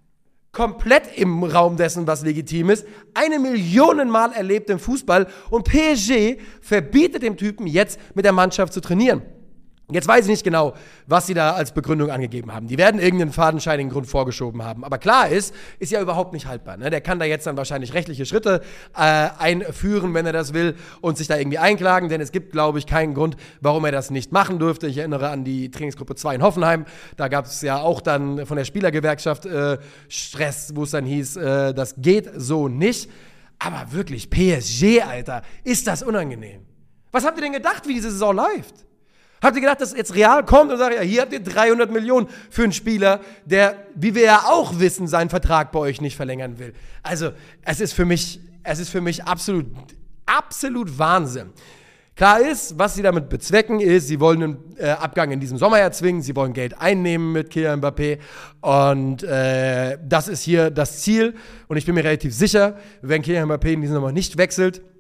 S1: Komplett im Raum dessen, was legitim ist. Eine Million Mal erlebt im Fußball und P S G verbietet dem Typen jetzt mit der Mannschaft zu trainieren. Jetzt weiß ich nicht genau, was sie da als Begründung angegeben haben. Die werden irgendeinen fadenscheinigen Grund vorgeschoben haben. Aber klar ist, ist ja überhaupt nicht haltbar. Ne? Der kann da jetzt dann wahrscheinlich rechtliche Schritte äh, einführen, wenn er das will, und sich da irgendwie einklagen. Denn es gibt, glaube ich, keinen Grund, warum er das nicht machen dürfte. Ich erinnere an die Trainingsgruppe zwei in Hoffenheim. Da gab es ja auch dann von der Spielergewerkschaft äh, Stress, wo es dann hieß, äh, das geht so nicht. Aber wirklich, P S G, Alter, ist das unangenehm. Was habt ihr denn gedacht, wie diese Saison läuft? Habt ihr gedacht, dass jetzt Real kommt und sagt, ja, hier habt ihr dreihundert Millionen für einen Spieler, der, wie wir ja auch wissen, seinen Vertrag bei euch nicht verlängern will? Also, es ist für mich, es ist für mich absolut, absolut Wahnsinn. Klar ist, was sie damit bezwecken, ist, sie wollen einen äh, Abgang in diesem Sommer erzwingen, sie wollen Geld einnehmen mit Kylian Mbappé und äh, das ist hier das Ziel und ich bin mir relativ sicher, wenn Kylian Mbappé in diesem Sommer nicht wechselt,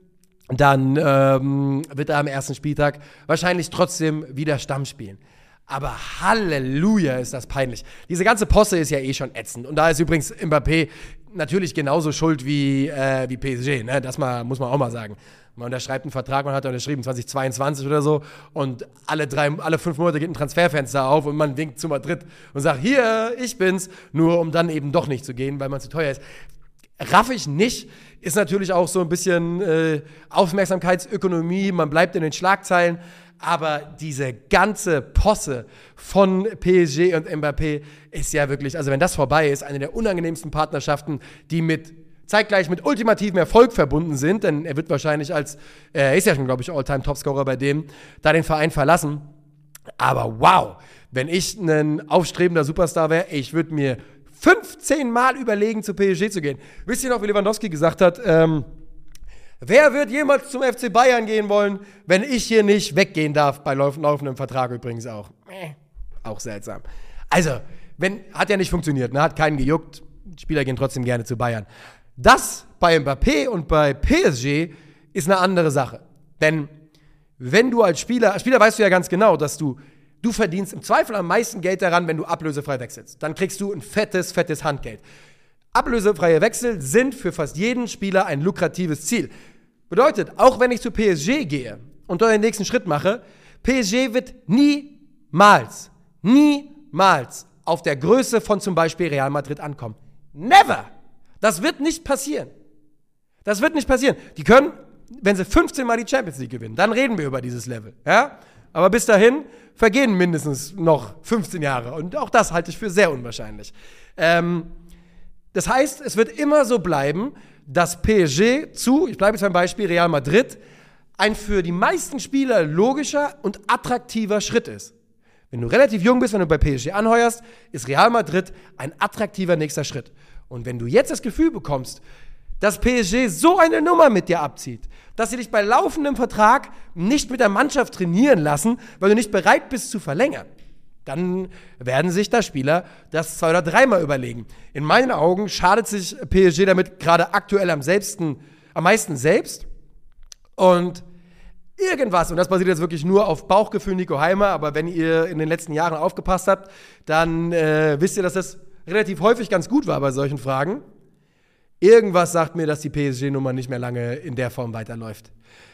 S1: dann ähm, wird er am ersten Spieltag wahrscheinlich trotzdem wieder Stamm spielen. Aber Halleluja, ist das peinlich. Diese ganze Posse ist ja eh schon ätzend. Und da ist übrigens Mbappé natürlich genauso schuld wie, äh, wie P S G. Ne? Das mal, muss man auch mal sagen. Man unterschreibt einen Vertrag, man hat unterschrieben zwanzig zweiundzwanzig oder so. Und alle, drei, alle fünf Monate geht ein Transferfenster auf und man winkt zu Madrid und sagt, hier, ich bin's. Nur um dann eben doch nicht zu gehen, weil man zu teuer ist. Raff ich nicht. Ist natürlich auch so ein bisschen äh, Aufmerksamkeitsökonomie. Man bleibt in den Schlagzeilen. Aber diese ganze Posse von P S G und Mbappé ist ja wirklich, also wenn das vorbei ist, eine der unangenehmsten Partnerschaften, die mit zeitgleich mit ultimativem Erfolg verbunden sind, denn er wird wahrscheinlich als, er ist ja schon, glaube ich, All-Time-Topscorer bei dem, da den Verein verlassen. Aber wow, wenn ich ein aufstrebender Superstar wäre, ich würde mir fünfzehn Mal überlegen, zu P S G zu gehen. Wisst ihr noch, wie Lewandowski gesagt hat, ähm, wer wird jemals zum F C Bayern gehen wollen, wenn ich hier nicht weggehen darf, bei laufendem Vertrag übrigens auch. Äh, auch seltsam. Also, wenn, hat ja nicht funktioniert, ne? Hat keinen gejuckt, Spieler gehen trotzdem gerne zu Bayern. Das bei Mbappé und bei P S G ist eine andere Sache. Denn wenn du als Spieler, als Spieler weißt du ja ganz genau, dass du, du verdienst im Zweifel am meisten Geld daran, wenn du ablösefrei wechselst. Dann kriegst du ein fettes, fettes Handgeld. Ablösefreie Wechsel sind für fast jeden Spieler ein lukratives Ziel. Bedeutet, auch wenn ich zu P S G gehe und dort den nächsten Schritt mache, P S G wird niemals, niemals auf der Größe von zum Beispiel Real Madrid ankommen. Never! Das wird nicht passieren. Das wird nicht passieren. Die können, wenn sie fünfzehn Mal die Champions League gewinnen, dann reden wir über dieses Level. Ja? Aber bis dahin vergehen mindestens noch fünfzehn Jahre. Und auch das halte ich für sehr unwahrscheinlich. Ähm, das heißt, es wird immer so bleiben, dass P S G zu, ich bleibe jetzt beim Beispiel Real Madrid, ein für die meisten Spieler logischer und attraktiver Schritt ist. Wenn du relativ jung bist, wenn du bei P S G anheuerst, ist Real Madrid ein attraktiver nächster Schritt. Und wenn du jetzt das Gefühl bekommst, dass P S G so eine Nummer mit dir abzieht, dass sie dich bei laufendem Vertrag nicht mit der Mannschaft trainieren lassen, weil du nicht bereit bist zu verlängern, dann werden sich da Spieler das zwei- oder dreimal überlegen. In meinen Augen schadet sich P S G damit gerade aktuell am, selbsten, am meisten selbst. Und irgendwas, und das basiert jetzt wirklich nur auf Bauchgefühl Nico Heimer, aber wenn ihr in den letzten Jahren aufgepasst habt, dann äh, wisst ihr, dass das relativ häufig ganz gut war bei solchen Fragen. Irgendwas sagt mir, dass die P S G-Nummer nicht mehr lange in der Form weiterläuft.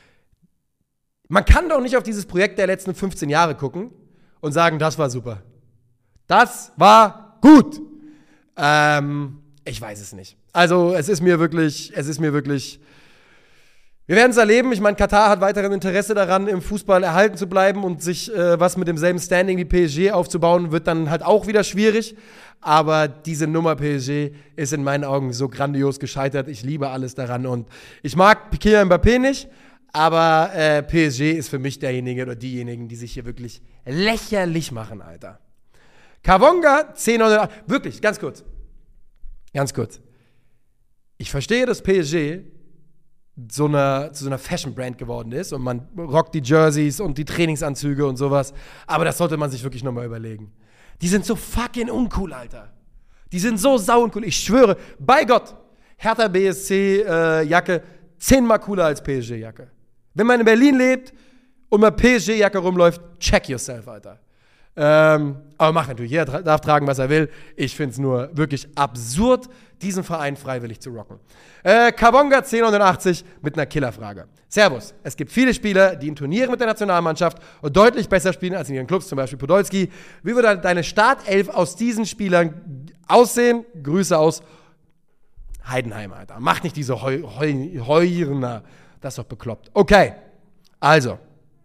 S1: Man kann doch nicht auf dieses Projekt der letzten fünfzehn Jahre gucken und sagen, das war super. Das war gut. Ähm, ich weiß es nicht. Also es ist mir wirklich, es ist mir wirklich, wir werden es erleben. Ich meine, Katar hat weiterhin Interesse daran, im Fußball erhalten zu bleiben und sich äh, was mit demselben Standing wie P S G aufzubauen, wird dann halt auch wieder schwierig. Aber diese Nummer P S G ist in meinen Augen so grandios gescheitert. Ich liebe alles daran und ich mag Kylian Mbappé nicht, aber äh, P S G ist für mich derjenige oder diejenigen, die sich hier wirklich lächerlich machen, Alter. Kavonga, zehn Euro, wirklich, ganz kurz. Ganz kurz. Ich verstehe, dass P S G so eine, zu so einer Fashion-Brand geworden ist und man rockt die Jerseys und die Trainingsanzüge und sowas, aber das sollte man sich wirklich nochmal überlegen. Die sind so fucking uncool, Alter. Die sind so sau uncool. Ich schwöre, bei Gott, Hertha B S C-Jacke äh, zehnmal cooler als P S G-Jacke. Wenn man in Berlin lebt und mit P S G-Jacke rumläuft, check yourself, Alter. Ähm, aber mach natürlich, jeder tra- darf tragen, was er will. Ich finde es nur wirklich absurd, diesen Verein freiwillig zu rocken. Äh, Kavonga zehn neunundachtzig mit einer Killerfrage. Servus, es gibt viele Spieler, die in Turnieren mit der Nationalmannschaft und deutlich besser spielen als in ihren Clubs, zum Beispiel Podolski. Wie würde deine Startelf aus diesen Spielern aussehen? Grüße aus Heidenheim, Alter. Mach nicht diese Heu- Heu- Heuerner. Das ist doch bekloppt. Okay, also.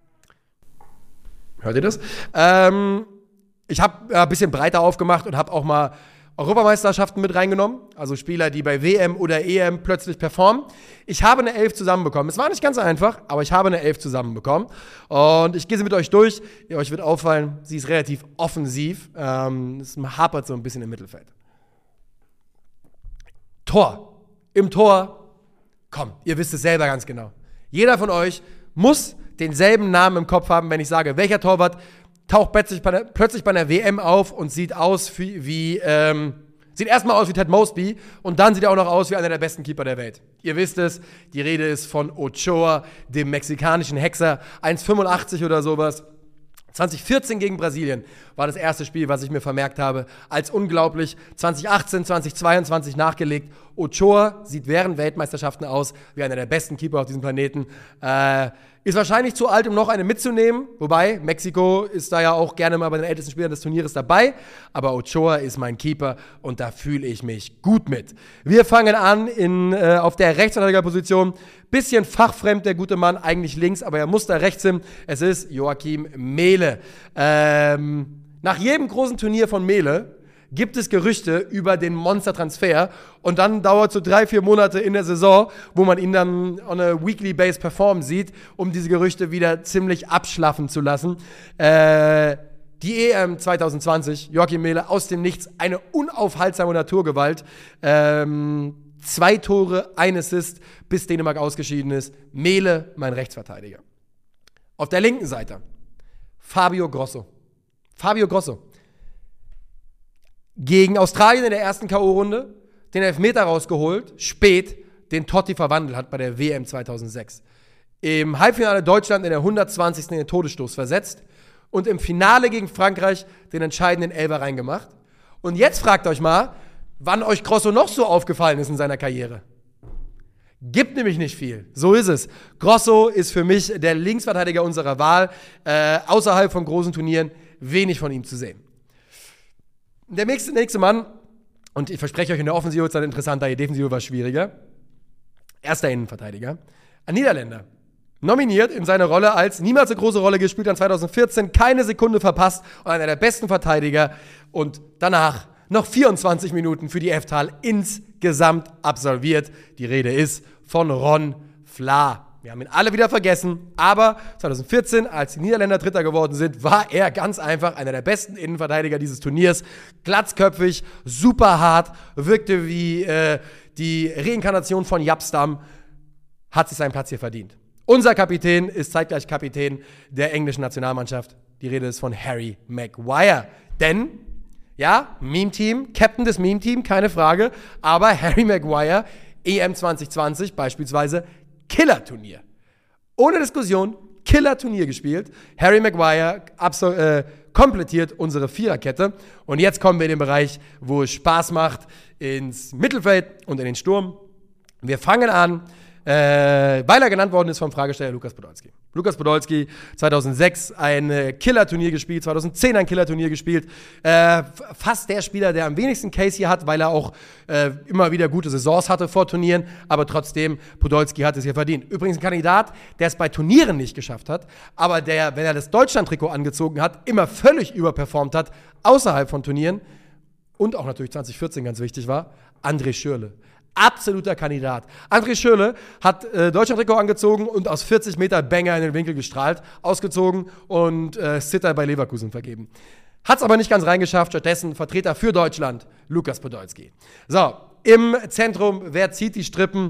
S1: Hört ihr das? Ähm, ich habe ja, ein bisschen breiter aufgemacht und habe auch mal Europameisterschaften mit reingenommen. Also Spieler, die bei W M oder E M plötzlich performen. Ich habe eine Elf zusammenbekommen. Es war nicht ganz einfach, aber ich habe eine Elf zusammenbekommen. Und ich gehe sie mit euch durch. Ja, euch wird auffallen, sie ist relativ offensiv. Ähm, es hapert so ein bisschen im Mittelfeld. Tor. Im Tor. Komm, ihr wisst es selber ganz genau. Jeder von euch muss denselben Namen im Kopf haben, wenn ich sage, welcher Torwart taucht plötzlich bei, der, plötzlich bei einer W M auf und sieht aus wie, wie ähm, Sieht erstmal aus wie Ted Mosby und dann sieht er auch noch aus wie einer der besten Keeper der Welt. Ihr wisst es, die Rede ist von Ochoa, dem mexikanischen Hexer, eins Komma fünfundachtzig oder sowas. zwanzig vierzehn gegen Brasilien war das erste Spiel, was ich mir vermerkt habe, als unglaublich. zwanzig achtzehn, zwanzig zweiundzwanzig nachgelegt. Ochoa sieht während Weltmeisterschaften aus wie einer der besten Keeper auf diesem Planeten. Äh, ist wahrscheinlich zu alt, um noch eine mitzunehmen. Wobei, Mexiko ist da ja auch gerne mal bei den ältesten Spielern des Turnieres dabei. Aber Ochoa ist mein Keeper und da fühle ich mich gut mit. Wir fangen an in, äh, auf der Rechtsverteidigerposition. Bisschen fachfremd, der gute Mann, eigentlich links, aber er muss da rechts hin. Es ist Joachim Mehle. Ähm, nach jedem großen Turnier von Mehle gibt es Gerüchte über den Monster-Transfer und dann dauert so drei, vier Monate in der Saison, wo man ihn dann on a weekly base performen sieht, um diese Gerüchte wieder ziemlich abschlaffen zu lassen. Äh, die E M zwanzig zwanzig, Joachim Mehle aus dem Nichts, eine unaufhaltsame Naturgewalt. Ähm, zwei Tore, ein Assist, bis Dänemark ausgeschieden ist. Mehle, mein Rechtsverteidiger. Auf der linken Seite Fabio Grosso. Fabio Grosso. Gegen Australien in der ersten K O-Runde den Elfmeter rausgeholt, spät den Totti verwandelt hat bei der W M zweitausendsechs. Im Halbfinale Deutschland in der hundertzwanzigsten in den Todesstoß versetzt und im Finale gegen Frankreich den entscheidenden Elfer reingemacht. Und jetzt fragt euch mal, wann euch Grosso noch so aufgefallen ist in seiner Karriere. Gibt nämlich nicht viel. So ist es. Grosso ist für mich der Linksverteidiger unserer Wahl. Äh, außerhalb von großen Turnieren wenig von ihm zu sehen. Der nächste, nächste Mann, und ich verspreche euch, in der Offensive wird es dann interessanter, die Defensive war schwieriger. Erster Innenverteidiger. Ein Niederländer. Nominiert in seiner Rolle als niemals eine große Rolle gespielt, dann zwanzig vierzehn, keine Sekunde verpasst und einer der besten Verteidiger. Und danach noch vierundzwanzig Minuten für die F T A L insgesamt absolviert. Die Rede ist von Ron Vlaar. Wir haben ihn alle wieder vergessen, aber zwanzig vierzehn, als die Niederländer Dritter geworden sind, war er ganz einfach einer der besten Innenverteidiger dieses Turniers. Glatzköpfig, super hart, wirkte wie äh, die Reinkarnation von Japstam, hat sich seinen Platz hier verdient. Unser Kapitän ist zeitgleich Kapitän der englischen Nationalmannschaft. Die Rede ist von Harry Maguire. Denn, ja, Meme-Team, Captain des Meme-Team, keine Frage, aber Harry Maguire, E M zwanzig zwanzig beispielsweise, Killer-Turnier. Ohne Diskussion, Killer-Turnier gespielt. Harry Maguire absol- äh, komplettiert unsere Viererkette. Und jetzt kommen wir in den Bereich, wo es Spaß macht, ins Mittelfeld und in den Sturm. Wir fangen an, äh, weil er genannt worden ist vom Fragesteller Lukas Podolski. Lukas Podolski, zweitausendsechs ein äh, Killer-Turnier gespielt, zweitausendzehn ein Killer-Turnier gespielt. Äh, fast der Spieler, der am wenigsten Case hier hat, weil er auch äh, immer wieder gute Saisons hatte vor Turnieren. Aber trotzdem, Podolski hat es hier verdient. Übrigens ein Kandidat, der es bei Turnieren nicht geschafft hat, aber der, wenn er das Deutschland-Trikot angezogen hat, immer völlig überperformt hat, außerhalb von Turnieren. Und auch natürlich zwanzig vierzehn ganz wichtig war, André Schürrle. Absoluter Kandidat. André Schürrle hat äh, Deutschland-Trikot angezogen und aus vierzig Meter Banger in den Winkel gestrahlt, ausgezogen und äh, Sitter bei Leverkusen vergeben. Hat es aber nicht ganz reingeschafft, stattdessen Vertreter für Deutschland, Lukas Podolski. So, im Zentrum, wer zieht die Strippen?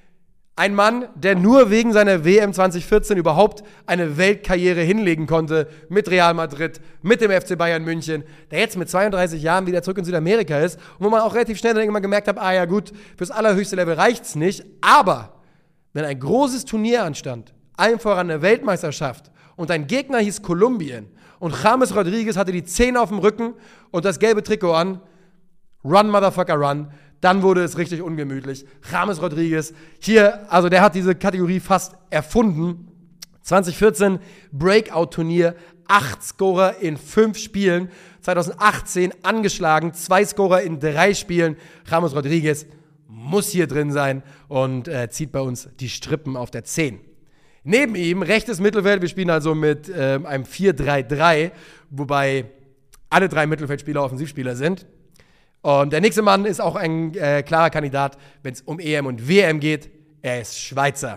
S1: Ein Mann, der nur wegen seiner W M zwanzig vierzehn überhaupt eine Weltkarriere hinlegen konnte, mit Real Madrid, mit dem F C Bayern München, der jetzt mit zweiunddreißig Jahren wieder zurück in Südamerika ist und wo man auch relativ schnell dann irgendwann gemerkt hat, ah ja gut, fürs allerhöchste Level reicht's nicht, aber wenn ein großes Turnier anstand, allen voran eine Weltmeisterschaft und ein Gegner hieß Kolumbien und James Rodriguez hatte die Zehen auf dem Rücken und das gelbe Trikot an, run, motherfucker, run, dann wurde es richtig ungemütlich. James Rodriguez, hier, also der hat diese Kategorie fast erfunden. zwanzig vierzehn Breakout-Turnier, acht Scorer in fünf Spielen. zwanzig achtzehn angeschlagen, zwei Scorer in drei Spielen. James Rodriguez muss hier drin sein und äh, zieht bei uns die Strippen auf der zehn. Neben ihm, rechtes Mittelfeld, wir spielen also mit äh, einem vier drei drei, wobei alle drei Mittelfeldspieler Offensivspieler sind. Und der nächste Mann ist auch ein äh, klarer Kandidat, wenn es um E M und W M geht. Er ist Schweizer.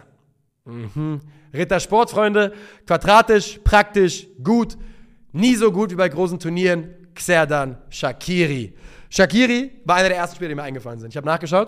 S1: Mhm. Ritter Sportfreunde, quadratisch, praktisch, gut. Nie so gut wie bei großen Turnieren. Xherdan Shaqiri. Shaqiri war einer der ersten Spieler, die mir eingefallen sind. Ich habe nachgeschaut.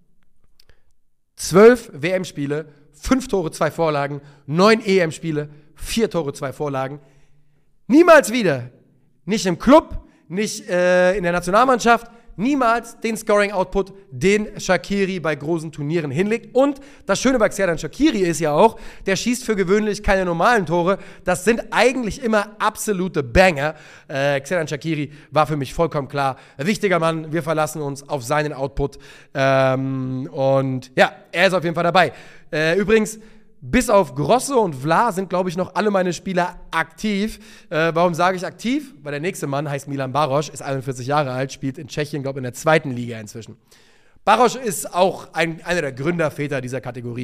S1: Zwölf W M-Spiele, fünf Tore, zwei Vorlagen. Neun E M-Spiele, vier Tore, zwei Vorlagen. Niemals wieder. Nicht im Club, nicht äh, in der Nationalmannschaft, niemals den Scoring-Output, den Shaqiri bei großen Turnieren hinlegt. Und das Schöne bei Xherdan Shaqiri ist ja auch, der schießt für gewöhnlich keine normalen Tore. Das sind eigentlich immer absolute Banger. Äh, Xherdan Shaqiri war für mich vollkommen klar. Wichtiger Mann, wir verlassen uns auf seinen Output. Ähm, und ja, er ist auf jeden Fall dabei. Äh, übrigens, bis auf Grosso und Vla sind, glaube ich, noch alle meine Spieler aktiv. Äh, warum sage ich aktiv? Weil der nächste Mann heißt Milan Baroš, ist einundvierzig Jahre alt, spielt in Tschechien, glaube ich, in der zweiten Liga inzwischen. Baroš ist auch ein, einer der Gründerväter dieser Kategorie.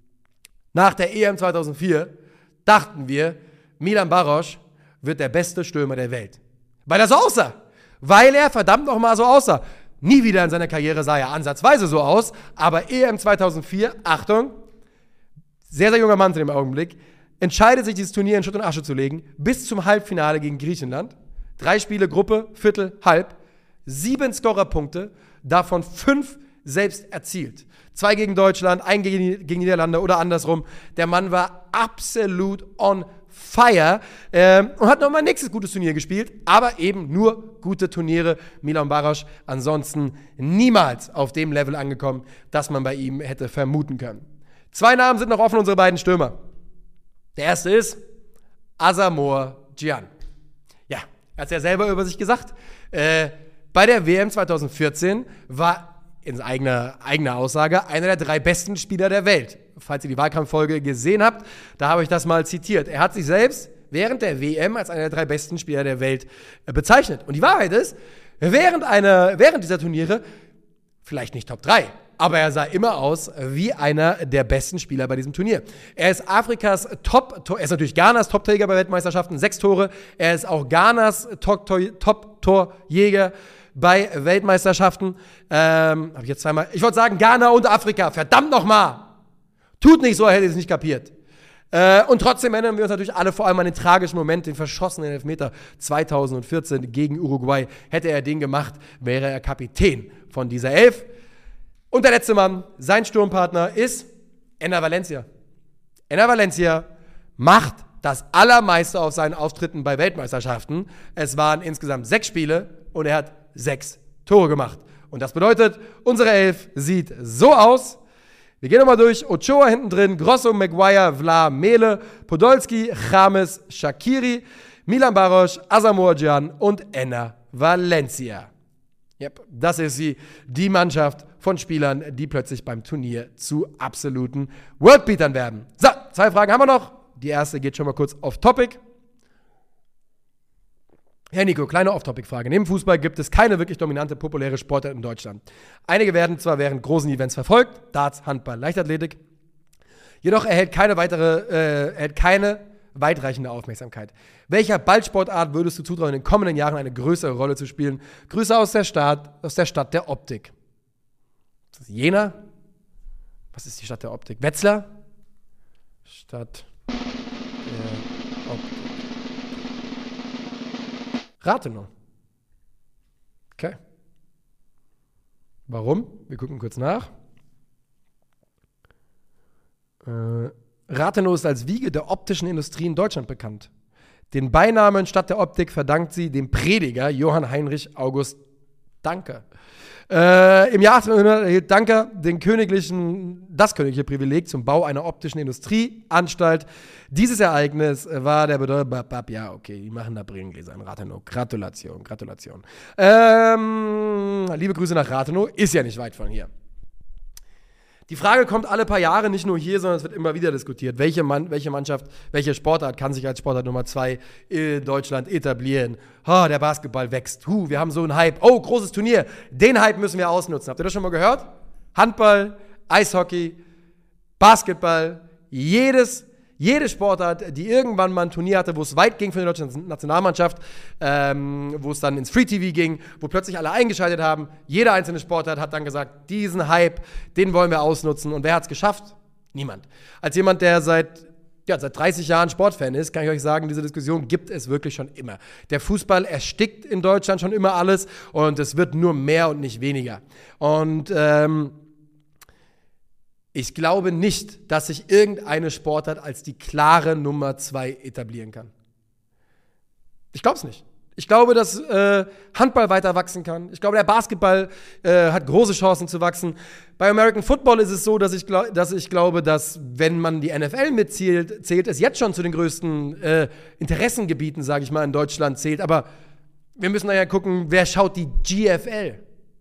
S1: Nach der E M zweitausendvier dachten wir, Milan Baroš wird der beste Stürmer der Welt. Weil er so aussah. Weil er verdammt nochmal so aussah. Nie wieder in seiner Karriere sah er ansatzweise so aus, aber E M zweitausendvier, Achtung, sehr, sehr junger Mann zu dem Augenblick, entscheidet sich, dieses Turnier in Schutt und Asche zu legen, bis zum Halbfinale gegen Griechenland. Drei Spiele, Gruppe, Viertel, Halb. Sieben Scorerpunkte, davon fünf selbst erzielt. Zwei gegen Deutschland, ein gegen, gegen Niederlande oder andersrum. Der Mann war absolut on fire ähm, und hat nochmal ein nächstes gutes Turnier gespielt, aber eben nur gute Turniere. Milan Baroš ansonsten niemals auf dem Level angekommen, das man bei ihm hätte vermuten können. Zwei Namen sind noch offen, unsere beiden Stürmer. Der erste ist Asamoah Gyan. Ja, er hat es ja selber über sich gesagt. Äh, bei der W M zweitausendvierzehn war in eigener, eigener Aussage einer der drei besten Spieler der Welt. Falls ihr die Wahlkampffolge gesehen habt, da habe ich das mal zitiert. Er hat sich selbst während der W M als einer der drei besten Spieler der Welt äh, bezeichnet. Und die Wahrheit ist, während, einer, während dieser Turniere, vielleicht nicht Top drei, aber er sah immer aus wie einer der besten Spieler bei diesem Turnier. Er ist Afrikas Top, er ist natürlich Ghanas Top-Torjäger bei Weltmeisterschaften, sechs Tore. Er ist auch Ghanas Top-Torjäger bei Weltmeisterschaften. Ähm, habe ich jetzt zweimal, ich wollte sagen Ghana und Afrika, verdammt nochmal. Tut nicht so, er hätte es nicht kapiert. Äh, und trotzdem erinnern wir uns natürlich alle vor allem an den tragischen Moment, den verschossenen Elfmeter zweitausendvierzehn gegen Uruguay. Hätte er den gemacht, wäre er Kapitän von dieser Elf. Und der letzte Mann, sein Sturmpartner, ist Enner Valencia. Enner Valencia macht das allermeiste auf seinen Auftritten bei Weltmeisterschaften. Es waren insgesamt sechs Spiele und er hat sechs Tore gemacht. Und das bedeutet, unsere Elf sieht so aus. Wir gehen nochmal durch. Ochoa hinten drin, Grosso, Maguire, Vla, Mele, Podolski, James, Shaqiri, Milan Baroš, Asamoah Gyan und Enner Valencia. Yep, das ist sie, die Mannschaft von Spielern, die plötzlich beim Turnier zu absoluten Worldbeatern werden. So, zwei Fragen haben wir noch. Die erste geht schon mal kurz off-topic. Herr Nico, kleine Off-Topic-Frage. Neben Fußball gibt es keine wirklich dominante, populäre Sportart in Deutschland. Einige werden zwar während großen Events verfolgt, Darts, Handball, Leichtathletik, jedoch erhält keine weitere, äh, erhält keine weitreichende Aufmerksamkeit. Welcher Ballsportart würdest du zutrauen, in den kommenden Jahren eine größere Rolle zu spielen? Grüße aus der Stadt, aus der Stadt der Optik. Ist das Jena? Was ist die Stadt der Optik? Wetzlar? Stadt der Optik. Rathenow. Okay. Warum? Wir gucken kurz nach. Äh, Rathenow ist als Wiege der optischen Industrie in Deutschland bekannt. Den Beinamen Stadt der Optik verdankt sie dem Prediger Johann Heinrich August Danker. Äh, Im Jahr achtzehnhundert erhielt Danker den königlichen, das königliche Privileg zum Bau einer optischen Industrieanstalt. Dieses Ereignis war der Bedeutung, ja, okay, die machen da Brillengläser in Rathenow. Gratulation, Gratulation. Ähm, liebe Grüße nach Rathenow, ist ja nicht weit von hier. Die Frage kommt alle paar Jahre, nicht nur hier, sondern es wird immer wieder diskutiert. Welche, Mann, welche Mannschaft, welche Sportart kann sich als Sportart Nummer zwei in Deutschland etablieren? Oh, der Basketball wächst. Huh, wir haben so einen Hype. Oh, großes Turnier. Den Hype müssen wir ausnutzen. Habt ihr das schon mal gehört? Handball, Eishockey, Basketball, jedes Jede Sportart, die irgendwann mal ein Turnier hatte, wo es weit ging für die deutsche Nationalmannschaft, ähm, wo es dann ins Free-T V ging, wo plötzlich alle eingeschaltet haben, jede einzelne Sportart hat dann gesagt, diesen Hype, den wollen wir ausnutzen. Und wer hat es geschafft? Niemand. Als jemand, der seit, ja, seit dreißig Jahren Sportfan ist, kann ich euch sagen, diese Diskussion gibt es wirklich schon immer. Der Fußball erstickt in Deutschland schon immer alles und es wird nur mehr und nicht weniger. Und ähm, ich glaube nicht, dass sich irgendeine Sportart als die klare Nummer zwei etablieren kann. Ich glaube es nicht. Ich glaube, dass äh, Handball weiter wachsen kann. Ich glaube, der Basketball äh, hat große Chancen zu wachsen. Bei American Football ist es so, dass ich, glaub, dass ich glaube, dass, wenn man die N F L mitzählt, zählt es jetzt schon zu den größten äh, Interessengebieten, sage ich mal, in Deutschland zählt. Aber wir müssen daher gucken, wer schaut die G F L?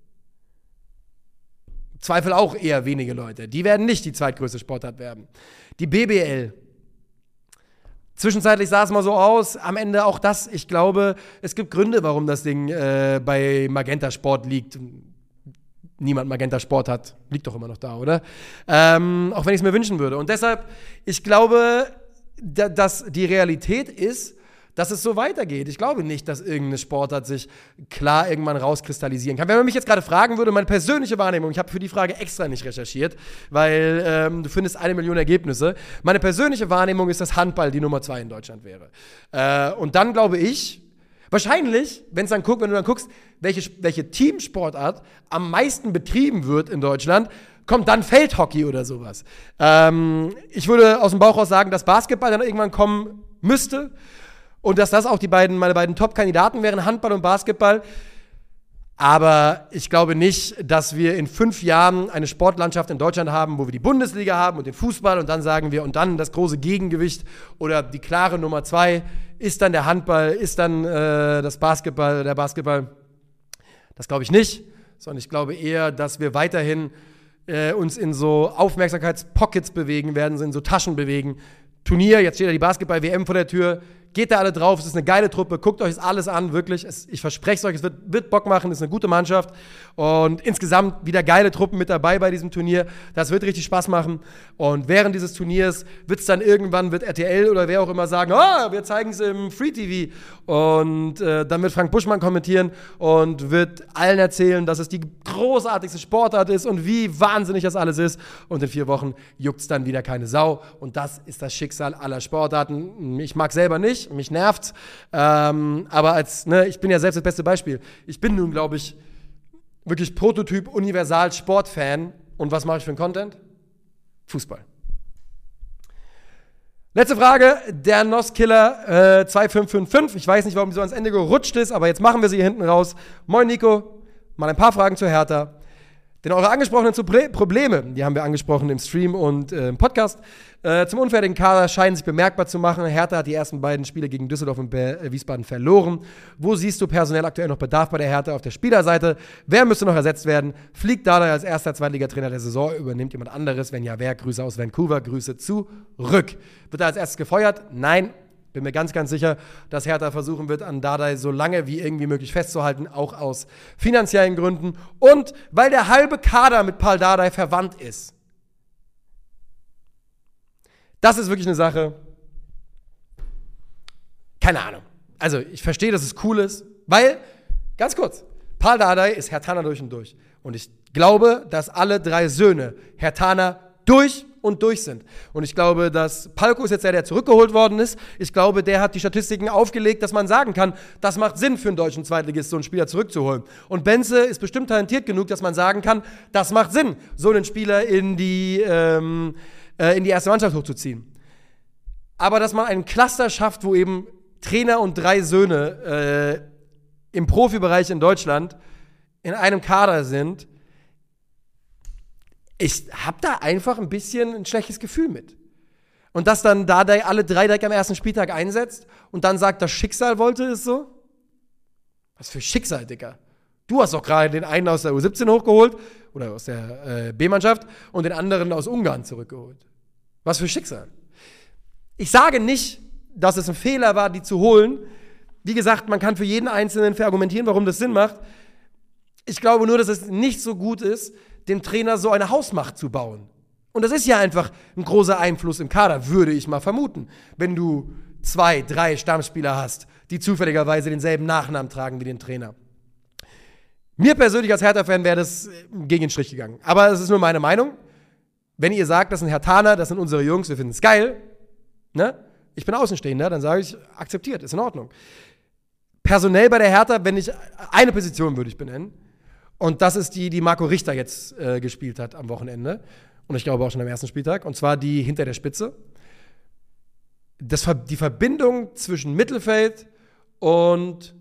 S1: Zweifel auch eher wenige Leute. Die werden nicht die zweitgrößte Sportart werden. Die B B L. Zwischenzeitlich sah es mal so aus, am Ende auch das, ich glaube, es gibt Gründe, warum das Ding äh, bei Magenta Sport liegt. Niemand Magenta Sport hat, liegt doch immer noch da, oder? Ähm, auch wenn ich es mir wünschen würde. Und deshalb, ich glaube, da, dass die Realität ist, dass es so weitergeht. Ich glaube nicht, dass irgendeine Sportart sich klar irgendwann rauskristallisieren kann. Wenn man mich jetzt gerade fragen würde, meine persönliche Wahrnehmung, ich habe für die Frage extra nicht recherchiert, weil ähm, du findest eine Million Ergebnisse. Meine persönliche Wahrnehmung ist, dass Handball die Nummer zwei in Deutschland wäre. Äh, und dann glaube ich, wahrscheinlich, wenn's dann guckt, wenn du dann guckst, welche, welche Teamsportart am meisten betrieben wird in Deutschland, kommt dann Feldhockey oder sowas. Ähm, ich würde aus dem Bauch raus sagen, dass Basketball dann irgendwann kommen müsste. Und dass das auch die beiden, meine beiden Top-Kandidaten wären, Handball und Basketball. Aber ich glaube nicht, dass wir in fünf Jahren eine Sportlandschaft in Deutschland haben, wo wir die Bundesliga haben und den Fußball und dann sagen wir, und dann das große Gegengewicht oder die klare Nummer zwei ist dann der Handball, ist dann äh, das Basketball, der Basketball. Das glaube ich nicht, sondern ich glaube eher, dass wir weiterhin äh, uns in so Aufmerksamkeitspockets bewegen werden, in so Taschen bewegen. Turnier, jetzt steht ja die Basketball-W M vor der Tür. Geht da alle drauf, es ist eine geile Truppe, guckt euch das alles an, wirklich. Es, ich verspreche es euch, es wird, wird Bock machen, es ist eine gute Mannschaft. Und insgesamt wieder geile Truppen mit dabei bei diesem Turnier. Das wird richtig Spaß machen. Und während dieses Turniers wird es dann irgendwann, wird R T L oder wer auch immer sagen, oh, wir zeigen es im Free-T V. Und äh, dann wird Frank Buschmann kommentieren und wird allen erzählen, dass es die großartigste Sportart ist und wie wahnsinnig das alles ist. Und in vier Wochen juckt es dann wieder keine Sau. Und das ist das Schicksal aller Sportarten. Ich mag selber nicht. Mich nervt's. Ähm, aber als, ne, ich bin ja selbst das beste Beispiel. Ich bin nun, glaube ich, wirklich Prototyp Universal Sportfan. Und was mache ich für einen Content? Fußball. Letzte Frage, der Noskiller äh, zwei fünf fünf fünf. Ich weiß nicht, warum die so ans Ende gerutscht ist, aber jetzt machen wir sie hier hinten raus. Moin Nico, mal ein paar Fragen zur Hertha. Denn eure angesprochenen Probleme, die haben wir angesprochen im Stream und äh, im Podcast, äh, zum unfertigen Kader scheinen sich bemerkbar zu machen. Hertha hat die ersten beiden Spiele gegen Düsseldorf und Be- äh, Wiesbaden verloren. Wo siehst du personell aktuell noch Bedarf bei der Hertha auf der Spielerseite? Wer müsste noch ersetzt werden? Fliegt Dardai als erster Zweitligatrainer der Saison? Übernimmt jemand anderes? Wenn ja, wer? Grüße aus Vancouver, Grüße zurück. Wird er als erstes gefeuert? Nein. Bin mir ganz, ganz sicher, dass Hertha versuchen wird, an Dardai so lange wie irgendwie möglich festzuhalten, auch aus finanziellen Gründen und weil der halbe Kader mit Paul Dardai verwandt ist. Das ist wirklich eine Sache, keine Ahnung. Also ich verstehe, dass es cool ist, weil, ganz kurz, Paul Dardai ist Herthaner durch und durch. Und ich glaube, dass alle drei Söhne Herthaner durch und durch sind. Und ich glaube, dass Palko ist jetzt der, der zurückgeholt worden ist. Ich glaube, der hat die Statistiken aufgelegt, dass man sagen kann, das macht Sinn für einen deutschen Zweitligist, so einen Spieler zurückzuholen. Und Benze ist bestimmt talentiert genug, dass man sagen kann, das macht Sinn, so einen Spieler in die, ähm, äh, in die erste Mannschaft hochzuziehen. Aber dass man einen Cluster schafft, wo eben Trainer und drei Söhne äh, im Profibereich in Deutschland in einem Kader sind, ich habe da einfach ein bisschen ein schlechtes Gefühl mit. Und dass dann Dardai alle drei direkt am ersten Spieltag einsetzt und dann sagt, das Schicksal wollte es so. Was für Schicksal, Dicker. Du hast doch gerade den einen aus der U siebzehn hochgeholt oder aus der äh, B-Mannschaft und den anderen aus Ungarn zurückgeholt. Was für Schicksal. Ich sage nicht, dass es ein Fehler war, die zu holen. Wie gesagt, man kann für jeden Einzelnen verargumentieren, warum das Sinn macht. Ich glaube nur, dass es nicht so gut ist, dem Trainer so eine Hausmacht zu bauen. Und das ist ja einfach ein großer Einfluss im Kader, würde ich mal vermuten. Wenn du zwei, drei Stammspieler hast, die zufälligerweise denselben Nachnamen tragen wie den Trainer. Mir persönlich als Hertha-Fan wäre das gegen den Strich gegangen. Aber es ist nur meine Meinung. Wenn ihr sagt, das sind Herthaner, das sind unsere Jungs, wir finden es geil, ne? Ich bin Außenstehender, dann sage ich, akzeptiert, ist in Ordnung. Personell bei der Hertha, wenn ich eine Position würde ich benennen, und das ist die, die Marco Richter jetzt äh, gespielt hat am Wochenende. Und ich glaube auch schon am ersten Spieltag. Und zwar die hinter der Spitze. Das, die Verbindung zwischen Mittelfeld und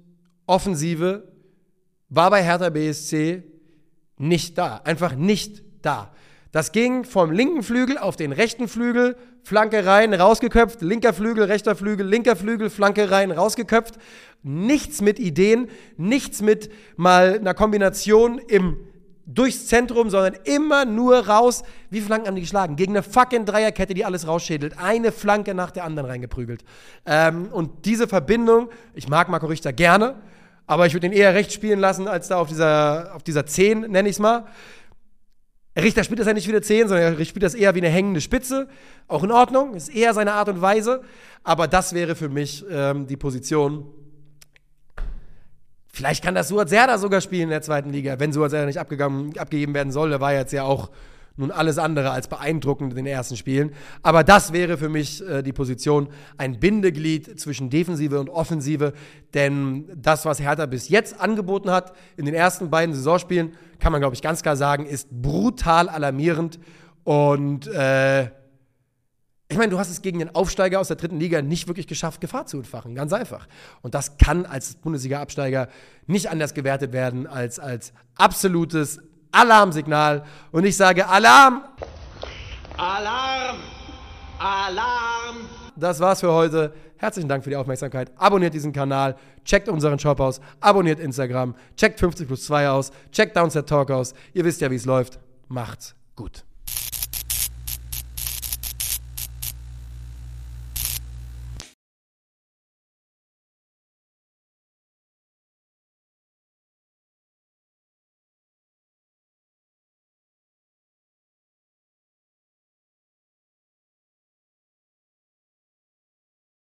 S1: Offensive war bei Hertha B S C nicht da. Einfach nicht da. Das ging vom linken Flügel auf den rechten Flügel, Flanke rein, rausgeköpft, linker Flügel, rechter Flügel, linker Flügel, Flanke rein, rausgeköpft. Nichts mit Ideen, nichts mit mal einer Kombination im durchs Zentrum, sondern immer nur raus. Wie viele Flanken haben die geschlagen? Gegen eine fucking Dreierkette, die alles rausschädelt. Eine Flanke nach der anderen reingeprügelt. Ähm, und diese Verbindung, ich mag Marco Richter gerne, aber ich würde ihn eher rechts spielen lassen, als da auf dieser, auf dieser zehn, nenne ich es mal. Richter spielt das ja nicht wie eine zehn, sondern er spielt das eher wie eine hängende Spitze. Auch in Ordnung, ist eher seine Art und Weise. Aber das wäre für mich ähm, die Position. Vielleicht kann das Suat Serdar sogar spielen in der zweiten Liga, wenn Suat Serdar nicht abgegangen, abgegeben werden soll. Der war jetzt ja auch nun alles andere als beeindruckend in den ersten Spielen. Aber das wäre für mich äh, die Position, ein Bindeglied zwischen Defensive und Offensive. Denn das, was Hertha bis jetzt angeboten hat, in den ersten beiden Saisonspielen, kann man, glaube ich, ganz klar sagen, ist brutal alarmierend. Und äh, ich meine, du hast es gegen den Aufsteiger aus der dritten Liga nicht wirklich geschafft, Gefahr zu entfachen. Ganz einfach. Und das kann als Bundesliga-Absteiger nicht anders gewertet werden als als absolutes Alarmsignal. Und ich sage Alarm!
S2: Alarm! Alarm!
S1: Das war's für heute. Herzlichen Dank für die Aufmerksamkeit. Abonniert diesen Kanal, checkt unseren Shop aus, abonniert Instagram, checkt fünfzig plus zwei aus, checkt Downset Talk aus. Ihr wisst ja, wie es läuft. Macht's gut.